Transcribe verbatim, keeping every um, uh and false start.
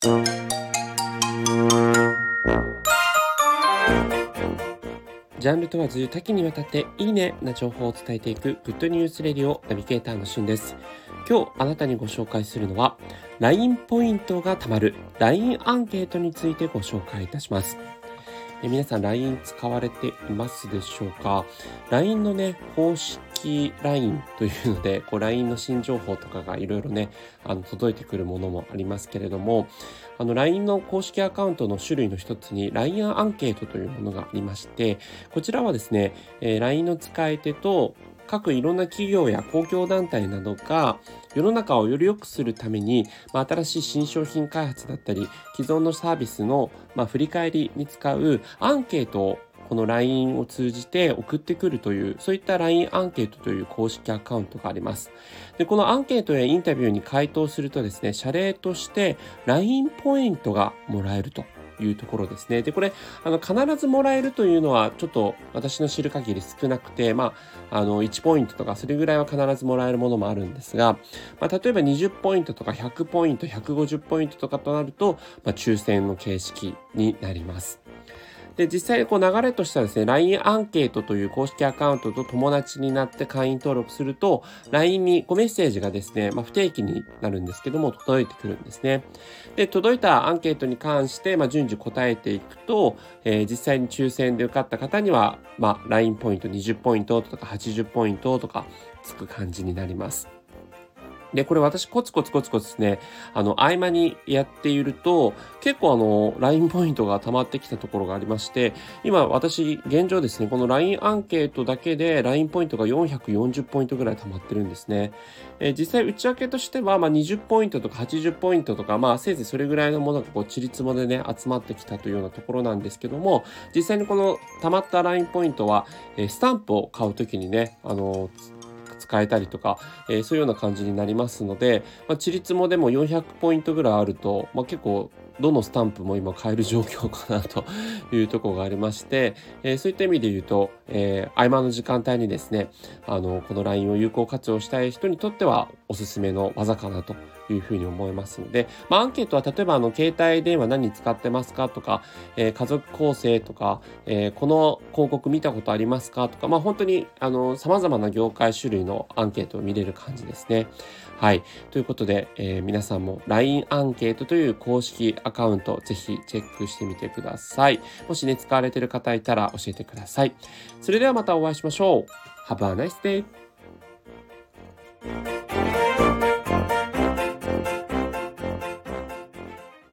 ジャンル問わず多岐にわたっていいねな情報を伝えていくグッドニュースレディオナビゲーターのしゅんです。今日あなたにご紹介するのは ライン ポイントが貯まる ライン アンケートについてご紹介いたします。え皆さん ライン 使われていますでしょうか？ ライン のね公式 ライン というのでこう ライン の新情報とかがいろいろねあの届いてくるものもありますけれども、あの ライン の公式アカウントの種類の一つに ライン アンケートというものがありまして、こちらはですね、えー ライン の使い手と各いろんな企業や公共団体などが世の中をより良くするために、まあ、新しい新商品開発だったり既存のサービスの、まあ、振り返りに使うアンケートをこの ライン を通じて送ってくるという、そういった ライン アンケートという公式アカウントがあります。で、このアンケートやインタビューに回答するとですね、謝礼として ライン ポイントがもらえるというところですね。で、これ、あの、必ずもらえるというのは、ちょっと私の知る限り少なくて、まあ、あの、いちポイントとか、それぐらいは必ずもらえるものもあるんですが、まあ、例えばにじゅっポイントとかひゃくポイント、ひゃくごじゅうポイントとかとなると、まあ、抽選の形式になります。で、実際こう流れとしてはですね、ライン アンケートという公式アカウントと友達になって会員登録すると、ライン にこうメッセージがですね、まあ、不定期になるんですけども、届いてくるんですね。で、届いたアンケートに関して、まあ、順次答えていくと、えー実際に抽選で受かった方には、まあ、ライン ポイントにじゅうポイントとかはちじゅうポイントとかつく感じになります。で、これ私コツコツコツコツですね、あの、合間にやっていると、結構あの、ライン ポイントが溜まってきたところがありまして、今私、現状ですね、この ライン アンケートだけで ライン ポイントがよんひゃくよんじゅうポイントぐらい溜まってるんですね。えー実際内訳としては、まあ、にじゅうポイントとかはちじゅうポイントとか、まあ、せいぜいそれぐらいのものがこう、ちりつもでね、集まってきたというようなところなんですけども、実際にこの溜まった ライン ポイントは、えースタンプを買うときにね、あの使えたりとか、えーそういうような感じになりますので、まあ、ちりつもでもよんひゃくポイントぐらいあると、まあ、結構どのスタンプも今買える状況かなというところがありまして、えーそういった意味で言うと、えー合間の時間帯にですね、あのこの ライン を有効活用したい人にとってはおすすめの技かなというふうに思いますので、まあ、アンケートは例えばあの携帯電話何使ってますかとか、えー家族構成とか、えーこの広告見たことありますかとか、まあ、本当にあの様々な業界種類のアンケートを見れる感じですね。はい。ということで、えー皆さんも ライン アンケートという公式アカウントぜひチェックしてみてください。もしね、使われている方いたら教えてください。それではまたお会いしましょう。Have a nice day!